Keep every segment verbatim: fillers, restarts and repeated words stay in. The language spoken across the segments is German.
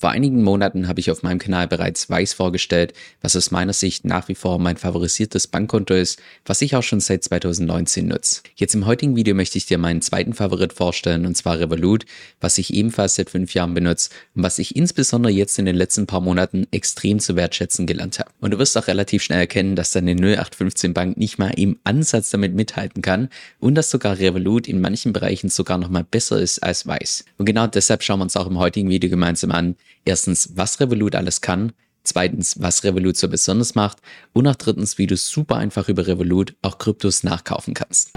Vor einigen Monaten habe ich auf meinem Kanal bereits Wise vorgestellt, was aus meiner Sicht nach wie vor mein favorisiertes Bankkonto ist, was ich auch schon seit zweitausendneunzehn nutze. Jetzt im heutigen Video möchte ich dir meinen zweiten Favorit vorstellen, und zwar Revolut, was ich ebenfalls seit fünf Jahren benutze und was ich insbesondere jetzt in den letzten paar Monaten extrem zu wertschätzen gelernt habe. Und du wirst auch relativ schnell erkennen, dass deine null acht fünfzehn Bank nicht mal im Ansatz damit mithalten kann und dass sogar Revolut in manchen Bereichen sogar noch mal besser ist als Wise. Und genau deshalb schauen wir uns auch im heutigen Video gemeinsam an, erstens, was Revolut alles kann, zweitens, was Revolut so besonders macht und auch drittens, wie du super einfach über Revolut auch Kryptos nachkaufen kannst.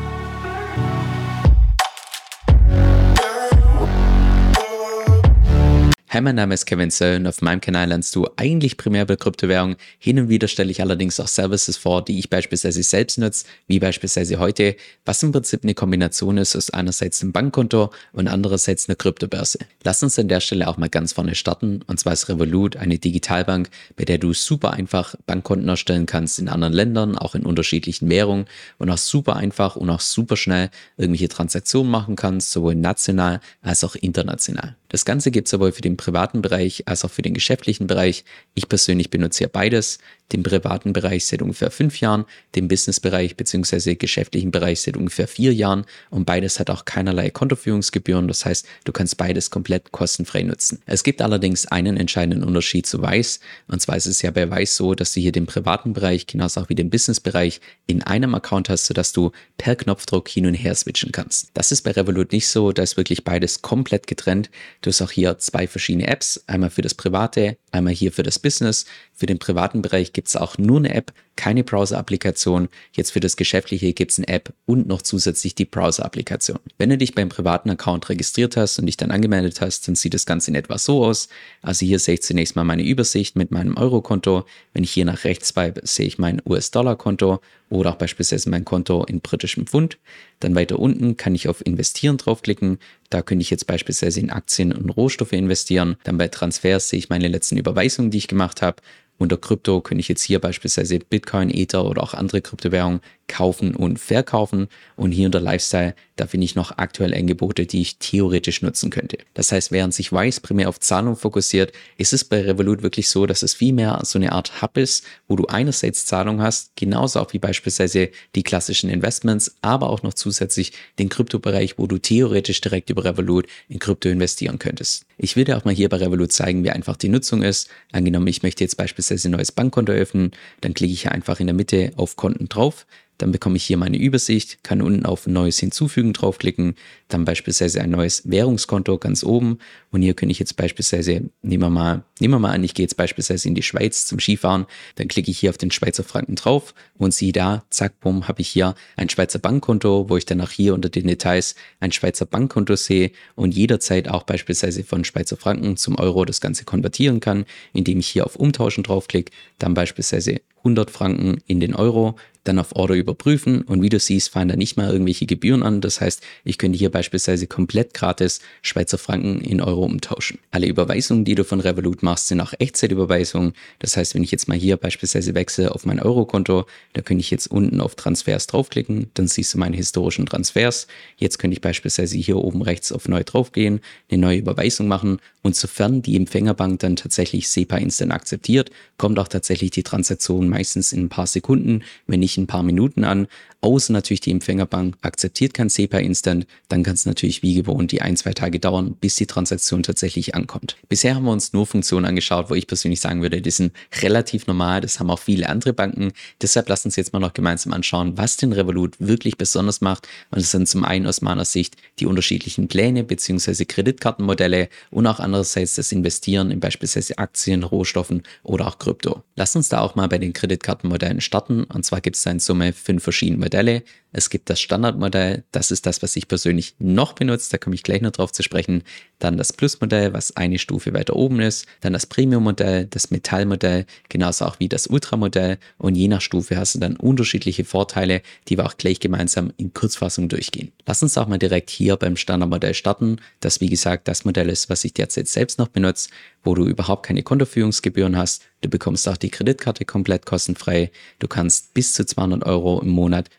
Hi, mein Name ist Kevin Söll und auf meinem Kanal lernst du eigentlich primär über Kryptowährungen. Hin und wieder stelle ich allerdings auch Services vor, die ich beispielsweise selbst nutze, wie beispielsweise heute, was im Prinzip eine Kombination ist aus einerseits einem Bankkonto und andererseits einer Kryptobörse. Lass uns an der Stelle auch mal ganz vorne starten, und zwar ist Revolut eine Digitalbank, bei der du super einfach Bankkonten erstellen kannst in anderen Ländern, auch in unterschiedlichen Währungen und auch super einfach und auch super schnell irgendwelche Transaktionen machen kannst, sowohl national als auch international. Das Ganze gibt es sowohl für den privaten Bereich als auch für den geschäftlichen Bereich. Ich persönlich benutze ja beides. Den privaten Bereich seit ungefähr fünf Jahren, den Businessbereich bzw. geschäftlichen Bereich seit ungefähr vier Jahren und beides hat auch keinerlei Kontoführungsgebühren, das heißt, du kannst beides komplett kostenfrei nutzen. Es gibt allerdings einen entscheidenden Unterschied zu Wise, und zwar ist es ja bei Wise so, dass du hier den privaten Bereich genauso auch wie den Businessbereich in einem Account hast, sodass du per Knopfdruck hin und her switchen kannst. Das ist bei Revolut nicht so, da ist wirklich beides komplett getrennt. Du hast auch hier zwei verschiedene Apps, einmal für das Private, einmal hier für das Business. Für den privaten Bereich gibt es auch nur eine App, keine Browser-Applikation. Jetzt für das Geschäftliche gibt es eine App und noch zusätzlich die Browser-Applikation. Wenn du dich beim privaten Account registriert hast und dich dann angemeldet hast, dann sieht das Ganze in etwa so aus. Also hier sehe ich zunächst mal meine Übersicht mit meinem Euro-Konto. Wenn ich hier nach rechts swipe, sehe ich mein U S-Dollar-Konto oder auch beispielsweise mein Konto in britischem Pfund. Dann weiter unten kann ich auf Investieren draufklicken. Da könnte ich jetzt beispielsweise in Aktien und Rohstoffe investieren. Dann bei Transfers sehe ich meine letzten Überweisungen, die ich gemacht habe. Unter Krypto könnte ich jetzt hier beispielsweise Bitcoin, Ether oder auch andere Kryptowährungen kaufen und verkaufen. Und hier unter Lifestyle, da finde ich noch aktuell Angebote, die ich theoretisch nutzen könnte. Das heißt, während sich Wise primär auf Zahlung fokussiert, ist es bei Revolut wirklich so, dass es viel mehr so eine Art Hub ist, wo du einerseits Zahlung hast, genauso auch wie beispielsweise die klassischen Investments, aber auch noch zusätzlich den Kryptobereich, wo du theoretisch direkt über Revolut in Krypto investieren könntest. Ich will dir auch mal hier bei Revolut zeigen, wie einfach die Nutzung ist. Angenommen, ich möchte jetzt beispielsweise ein neues Bankkonto öffnen, dann klicke ich hier einfach in der Mitte auf Konten drauf. Dann bekomme ich hier meine Übersicht, kann unten auf Neues hinzufügen draufklicken, dann beispielsweise ein neues Währungskonto ganz oben und hier könnte ich jetzt beispielsweise, nehmen wir mal, nehmen wir mal an, ich gehe jetzt beispielsweise in die Schweiz zum Skifahren, dann klicke ich hier auf den Schweizer Franken drauf und siehe da, zack, bumm, habe ich hier ein Schweizer Bankkonto, wo ich dann auch hier unter den Details ein Schweizer Bankkonto sehe und jederzeit auch beispielsweise von Schweizer Franken zum Euro das Ganze konvertieren kann, indem ich hier auf Umtauschen draufklicke, dann beispielsweise hundert Franken in den Euro, dann auf Order überprüfen und wie du siehst, fallen da nicht mal irgendwelche Gebühren an. Das heißt, ich könnte hier beispielsweise komplett gratis Schweizer Franken in Euro umtauschen. Alle Überweisungen, die du von Revolut machst, sind auch Echtzeitüberweisungen. Das heißt, wenn ich jetzt mal hier beispielsweise wechsle auf mein Eurokonto, da könnte ich jetzt unten auf Transfers draufklicken, dann siehst du meine historischen Transfers. Jetzt könnte ich beispielsweise hier oben rechts auf Neu draufgehen, eine neue Überweisung machen und sofern die Empfängerbank dann tatsächlich SEPA Instant akzeptiert, kommt auch tatsächlich die Transaktion meistens in ein paar Sekunden, wenn nicht ein paar Minuten an, außer natürlich die Empfängerbank akzeptiert kein SEPA Instant, dann kann es natürlich wie gewohnt die ein, zwei Tage dauern, bis die Transaktion tatsächlich ankommt. Bisher haben wir uns nur Funktionen angeschaut, wo ich persönlich sagen würde, die sind relativ normal, das haben auch viele andere Banken, deshalb lass uns jetzt mal noch gemeinsam anschauen, was den Revolut wirklich besonders macht und das sind zum einen aus meiner Sicht die unterschiedlichen Pläne bzw. Kreditkartenmodelle und auch andererseits das Investieren in beispielsweise Aktien, Rohstoffen oder auch Krypto. Lass uns da auch mal bei den Kreditkartenmodellen starten und zwar gibt es da in Summe fünf verschiedene Modelle. Es gibt das Standardmodell, das ist das, was ich persönlich noch benutze, da komme ich gleich noch drauf zu sprechen. Dann das Plus-Modell, was eine Stufe weiter oben ist. Dann das Premium-Modell, das Metall-Modell, genauso auch wie das Ultra-Modell. Und je nach Stufe hast du dann unterschiedliche Vorteile, die wir auch gleich gemeinsam in Kurzfassung durchgehen. Lass uns auch mal direkt hier beim Standardmodell starten, das wie gesagt das Modell ist, was ich derzeit selbst noch benutze, wo du überhaupt keine Kontoführungsgebühren hast. Du bekommst auch die Kreditkarte komplett kostenfrei. Du kannst bis zu zweihundert Euro im Monat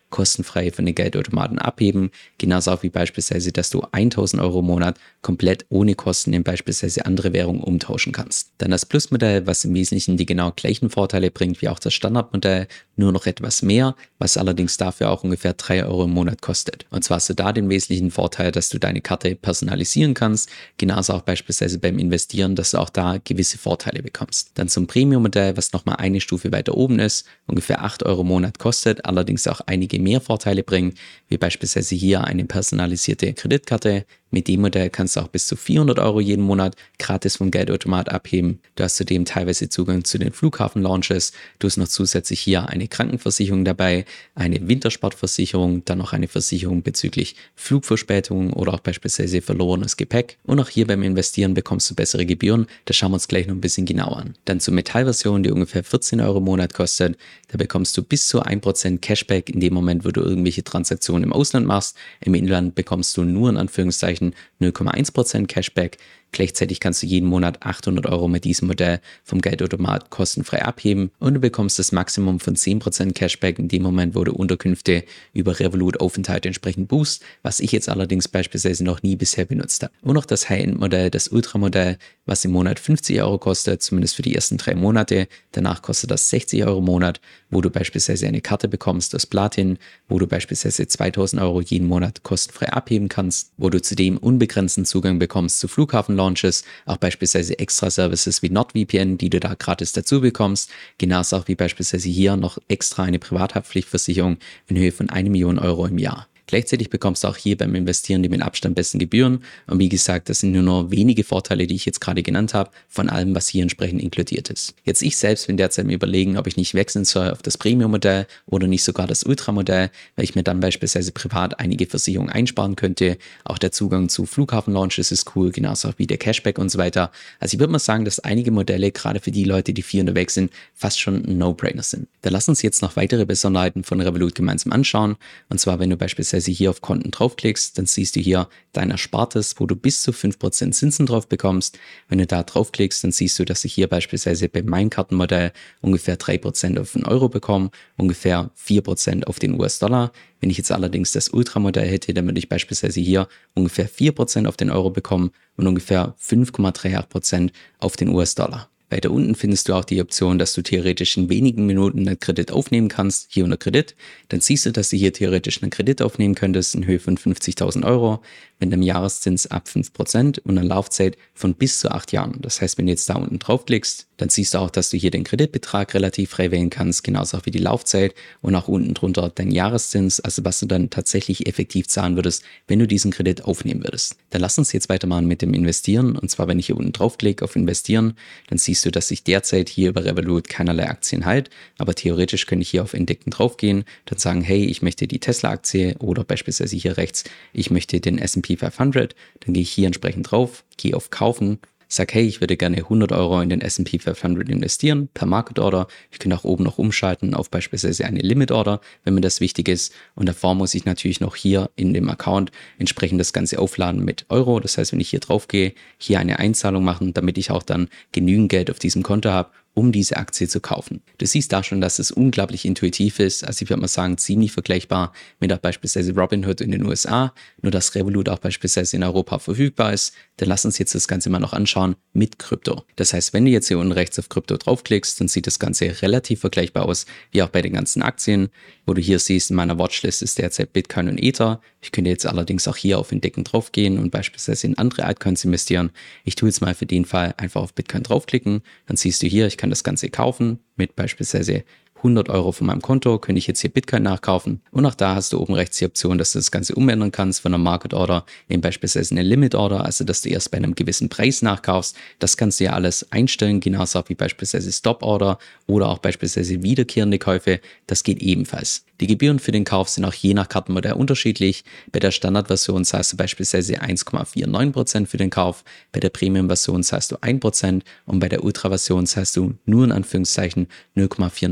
kostenfrei von den Geldautomaten abheben. Genauso auch wie beispielsweise, dass du tausend Euro im Monat komplett ohne Kosten in beispielsweise andere Währungen umtauschen kannst. Dann das Plus-Modell, was im Wesentlichen die genau gleichen Vorteile bringt wie auch das Standardmodell, nur noch etwas mehr, was allerdings dafür auch ungefähr drei Euro im Monat kostet. Und zwar hast du da den wesentlichen Vorteil, dass du deine Karte personalisieren kannst, genauso auch beispielsweise beim Investieren, dass du auch da gewisse Vorteile bekommst. Dann zum Premium-Modell, was nochmal eine Stufe weiter oben ist, ungefähr acht Euro im Monat kostet, allerdings auch einige mehr Vorteile bringt, wie beispielsweise hier eine personalisierte Kreditkarte. Mit dem Modell kannst du auch bis zu vierhundert Euro jeden Monat gratis vom Geldautomat abheben. Du hast zudem teilweise Zugang zu den Flughafen-Lounges. Du hast noch zusätzlich hier eine Krankenversicherung dabei, eine Wintersportversicherung, dann noch eine Versicherung bezüglich Flugverspätungen oder auch beispielsweise verlorenes Gepäck. Und auch hier beim Investieren bekommst du bessere Gebühren. Das schauen wir uns gleich noch ein bisschen genauer an. Dann zur Metallversion, die ungefähr vierzehn Euro im Monat kostet. Da bekommst du bis zu ein Prozent Cashback in dem Moment, wo du irgendwelche Transaktionen im Ausland machst. Im Inland bekommst du nur in Anführungszeichen null Komma eins Prozent Cashback. Gleichzeitig kannst du jeden Monat achthundert Euro mit diesem Modell vom Geldautomat kostenfrei abheben und du bekommst das Maximum von zehn Prozent Cashback in dem Moment, wo du Unterkünfte über Revolut Aufenthalte entsprechend buchst, was ich jetzt allerdings beispielsweise noch nie bisher benutzt habe. Und noch das High-End-Modell, das Ultra-Modell, was im Monat fünfzig Euro kostet, zumindest für die ersten drei Monate. Danach kostet das sechzig Euro im Monat, wo du beispielsweise eine Karte bekommst aus Platin, wo du beispielsweise zweitausend Euro jeden Monat kostenfrei abheben kannst, wo du zudem unbegrenzten Zugang bekommst zu Flughafen-Launches, auch beispielsweise extra Services wie NordVPN, die du da gratis dazu bekommst, genauso auch wie beispielsweise hier noch extra eine Privathaftpflichtversicherung in Höhe von eine Million Euro im Jahr. Gleichzeitig bekommst du auch hier beim Investieren die mit Abstand besten Gebühren. Und wie gesagt, das sind nur noch wenige Vorteile, die ich jetzt gerade genannt habe, von allem, was hier entsprechend inkludiert ist. Jetzt ich selbst bin derzeit mir überlegen, ob ich nicht wechseln soll auf das Premium-Modell oder nicht sogar das Ultra-Modell, weil ich mir dann beispielsweise privat einige Versicherungen einsparen könnte. Auch der Zugang zu Flughafen-Launches ist cool, genauso auch wie der Cashback und so weiter. Also ich würde mal sagen, dass einige Modelle, gerade für die Leute, die viel unterwegs sind, fast schon ein No-Brainer sind. Da lass uns jetzt noch weitere Besonderheiten von Revolut gemeinsam anschauen. Und zwar, wenn du beispielsweise hier auf Konten draufklickst, dann siehst du hier dein Erspartes, wo du bis zu fünf Prozent Zinsen drauf bekommst. Wenn du da draufklickst, dann siehst du, dass ich hier beispielsweise bei meinem Kartenmodell ungefähr drei Prozent auf den Euro bekomme, ungefähr vier Prozent auf den U S-Dollar. Wenn ich jetzt allerdings das Ultramodell hätte, dann würde ich beispielsweise hier ungefähr vier Prozent auf den Euro bekommen und ungefähr fünf Komma acht Prozent auf den U S-Dollar. Weiter unten findest du auch die Option, dass du theoretisch in wenigen Minuten einen Kredit aufnehmen kannst, hier unter Kredit. Dann siehst du, dass du hier theoretisch einen Kredit aufnehmen könntest in Höhe von fünfzigtausend Euro mit einem Jahreszins ab fünf Prozent und einer Laufzeit von bis zu acht Jahren. Das heißt, wenn du jetzt da unten draufklickst, dann siehst du auch, dass du hier den Kreditbetrag relativ frei wählen kannst, genauso auch wie die Laufzeit und auch unten drunter dein Jahreszins, also was du dann tatsächlich effektiv zahlen würdest, wenn du diesen Kredit aufnehmen würdest. Dann lass uns jetzt weitermachen mit dem Investieren, und zwar, wenn ich hier unten draufklicke auf Investieren, dann siehst du, dass ich derzeit hier über Revolut keinerlei Aktien halte, aber theoretisch könnte ich hier auf Entdecken draufgehen, dann sagen, hey, ich möchte die Tesla-Aktie oder beispielsweise hier rechts, ich möchte den S und P fünfhundert, dann gehe ich hier entsprechend drauf, gehe auf Kaufen, sag, hey, ich würde gerne hundert Euro in den S und P fünfhundert investieren, per Market Order. Ich kann auch oben noch umschalten auf beispielsweise eine Limit Order, wenn mir das wichtig ist. Und davor muss ich natürlich noch hier in dem Account entsprechend das Ganze aufladen mit Euro. Das heißt, wenn ich hier drauf gehe, hier eine Einzahlung machen, damit ich auch dann genügend Geld auf diesem Konto habe, um diese Aktie zu kaufen. Du siehst da schon, dass es unglaublich intuitiv ist, also ich würde mal sagen, ziemlich vergleichbar mit auch beispielsweise Robinhood in den U S A, nur dass Revolut auch beispielsweise in Europa verfügbar ist. Dann lass uns jetzt das Ganze mal noch anschauen mit Krypto. Das heißt, wenn du jetzt hier unten rechts auf Krypto draufklickst, dann sieht das Ganze relativ vergleichbar aus, wie auch bei den ganzen Aktien, wo du hier siehst, in meiner Watchlist ist derzeit Bitcoin und Ether. Ich könnte jetzt allerdings auch hier auf Entdecken draufgehen und beispielsweise in andere Altcoins investieren. Ich tue jetzt mal für den Fall einfach auf Bitcoin draufklicken, dann siehst du hier, ich kann das Ganze kaufen mit beispielsweise hundert Euro von meinem Konto, könnte ich jetzt hier Bitcoin nachkaufen. Und auch da hast du oben rechts die Option, dass du das Ganze umändern kannst von einer Market Order in beispielsweise eine Limit Order, also dass du erst bei einem gewissen Preis nachkaufst. Das kannst du ja alles einstellen, genauso wie beispielsweise Stop Order oder auch beispielsweise wiederkehrende Käufe. Das geht ebenfalls. Die Gebühren für den Kauf sind auch je nach Kartenmodell unterschiedlich. Bei der Standardversion zahlst du beispielsweise eins Komma neunundvierzig Prozent für den Kauf, bei der Premium-Version zahlst du ein Prozent und bei der Ultra-Version zahlst du nur in Anführungszeichen null Komma neunundvierzig Prozent.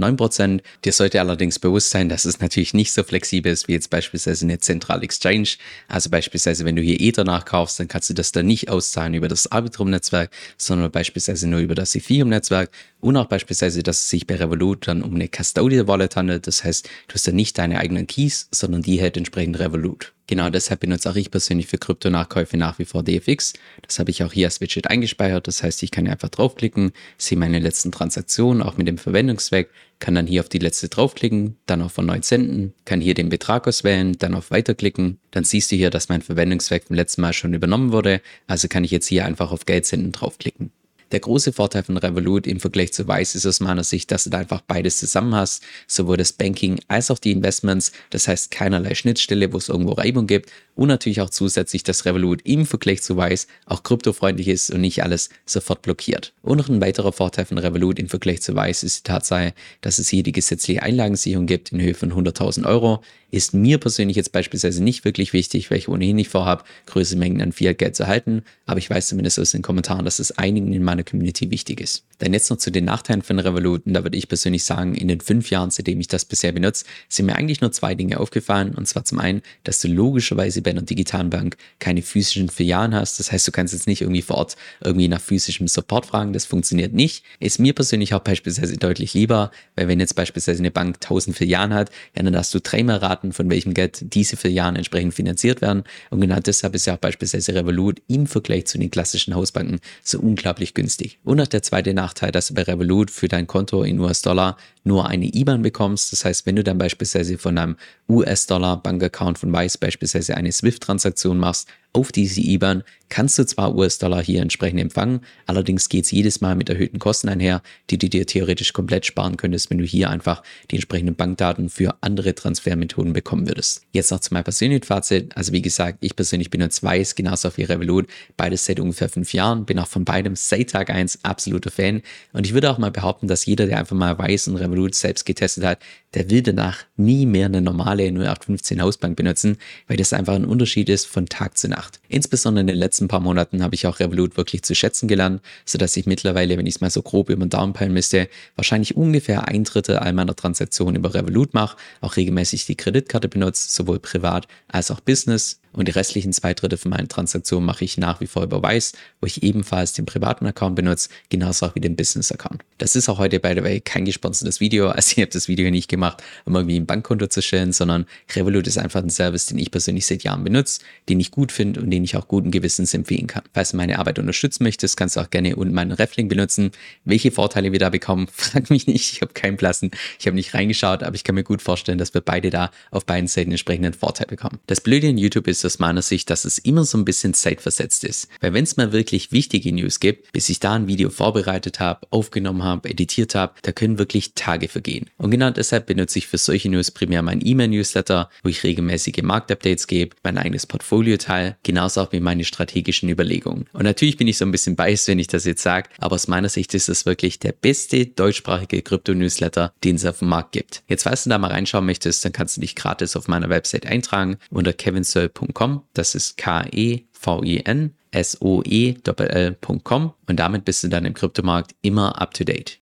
Prozent. Dir sollte allerdings bewusst sein, dass es natürlich nicht so flexibel ist wie jetzt beispielsweise eine zentrale Exchange. Also beispielsweise, wenn du hier Ether nachkaufst, dann kannst du das dann nicht auszahlen über das Arbitrum-Netzwerk, sondern beispielsweise nur über das Ethereum-Netzwerk. Und auch beispielsweise, dass es sich bei Revolut dann um eine Custodial Wallet handelt. Das heißt, du hast dann nicht deine eigenen Keys, sondern die hält entsprechend Revolut. Genau deshalb benutze auch ich persönlich für Krypto-Nachkäufe nach wie vor D F X. Das habe ich auch hier als Widget eingespeichert. Das heißt, ich kann hier einfach draufklicken, sehe meine letzten Transaktionen, auch mit dem Verwendungszweck, kann dann hier auf die letzte draufklicken, dann auf erneut senden, kann hier den Betrag auswählen, dann auf weiterklicken. Dann siehst du hier, dass mein Verwendungszweck vom letzten Mal schon übernommen wurde. Also kann ich jetzt hier einfach auf Geld senden draufklicken. Der große Vorteil von Revolut im Vergleich zu Wise ist aus meiner Sicht, dass du da einfach beides zusammen hast, sowohl das Banking als auch die Investments, das heißt keinerlei Schnittstelle, wo es irgendwo Reibung gibt und natürlich auch zusätzlich, dass Revolut im Vergleich zu Wise auch kryptofreundlich ist und nicht alles sofort blockiert. Und noch ein weiterer Vorteil von Revolut im Vergleich zu Wise ist die Tatsache, dass es hier die gesetzliche Einlagensicherung gibt in Höhe von hunderttausend Euro. Ist mir persönlich jetzt beispielsweise nicht wirklich wichtig, weil ich ohnehin nicht vorhabe, größere Mengen an Fiat-Geld zu halten, aber ich weiß zumindest aus den Kommentaren, dass es einigen in meiner Community wichtig ist. Dann jetzt noch zu den Nachteilen von Revolut, und da würde ich persönlich sagen, in den fünf Jahren, seitdem ich das bisher benutze, sind mir eigentlich nur zwei Dinge aufgefallen, und zwar zum einen, dass du logischerweise bei einer digitalen Bank keine physischen Filialen hast, das heißt, du kannst jetzt nicht irgendwie vor Ort irgendwie nach physischem Support fragen, das funktioniert nicht. Ist mir persönlich auch beispielsweise deutlich lieber, weil wenn jetzt beispielsweise eine Bank tausend Filialen hat, ja, dann hast du dreimal raten, von welchem Geld diese Filialen entsprechend finanziert werden, und genau deshalb ist ja auch beispielsweise Revolut im Vergleich zu den klassischen Hausbanken so unglaublich günstig. Und auch der zweite Nachteil, dass du bei Revolut für dein Konto in U S-Dollar nur eine I B A N bekommst. Das heißt, wenn du dann beispielsweise von einem U S-Dollar-Bankaccount von Wise beispielsweise eine Swift-Transaktion machst, auf diese I B A N kannst du zwar U S-Dollar hier entsprechend empfangen, allerdings geht es jedes Mal mit erhöhten Kosten einher, die du dir theoretisch komplett sparen könntest, wenn du hier einfach die entsprechenden Bankdaten für andere Transfermethoden bekommen würdest. Jetzt noch zu meinem persönlichen Fazit. Also wie gesagt, ich persönlich benutze Wise genauso wie Revolut, beides seit ungefähr fünf Jahren, bin auch von beidem seit Tag eins absoluter Fan, und ich würde auch mal behaupten, dass jeder, der einfach mal Wise und Revolut selbst getestet hat, der will danach nie mehr eine normale null acht fünfzehn Hausbank benutzen, weil das einfach ein Unterschied ist von Tag zu Nacht. Insbesondere in den letzten paar Monaten habe ich auch Revolut wirklich zu schätzen gelernt, sodass ich mittlerweile, wenn ich es mal so grob über den Daumen peilen müsste, wahrscheinlich ungefähr ein Drittel all meiner Transaktionen über Revolut mache, auch regelmäßig die Kreditkarte benutze, sowohl privat als auch Business. Und die restlichen zwei Drittel von meinen Transaktionen mache ich nach wie vor über Wise, wo ich ebenfalls den privaten Account benutze, genauso auch wie den Business-Account. Das ist auch heute, by the way, kein gesponsertes Video. Also ich habe das Video nicht gemacht, um irgendwie ein Bankkonto zu stellen, sondern Revolut ist einfach ein Service, den ich persönlich seit Jahren benutze, den ich gut finde und den ich auch guten Gewissens empfehlen kann. Falls du meine Arbeit unterstützen möchtest, kannst du auch gerne unten meinen Reflink benutzen. Welche Vorteile wir da bekommen, frag mich nicht. Ich habe keinen Blassen. Ich habe nicht reingeschaut, aber ich kann mir gut vorstellen, dass wir beide da auf beiden Seiten entsprechenden Vorteil bekommen. Das Blöde in YouTube ist aus meiner Sicht, dass es immer so ein bisschen zeitversetzt ist. Weil wenn es mal wirklich wichtige News gibt, bis ich da ein Video vorbereitet habe, aufgenommen habe, editiert habe, da können wirklich Tage vergehen. Und genau deshalb benutze ich für solche News primär mein E-Mail-Newsletter, wo ich regelmäßige Marktupdates gebe, mein eigenes Portfolio teile, genauso auch wie meine strategischen Überlegungen. Und natürlich bin ich so ein bisschen biased, wenn ich das jetzt sage, aber aus meiner Sicht ist es wirklich der beste deutschsprachige Krypto-Newsletter, den es auf dem Markt gibt. Jetzt, falls du da mal reinschauen möchtest, dann kannst du dich gratis auf meiner Website eintragen unter kevinsoe punkt com. Das ist K E V I N S O E L L punkt com, und damit bist du dann im Kryptomarkt immer up to date.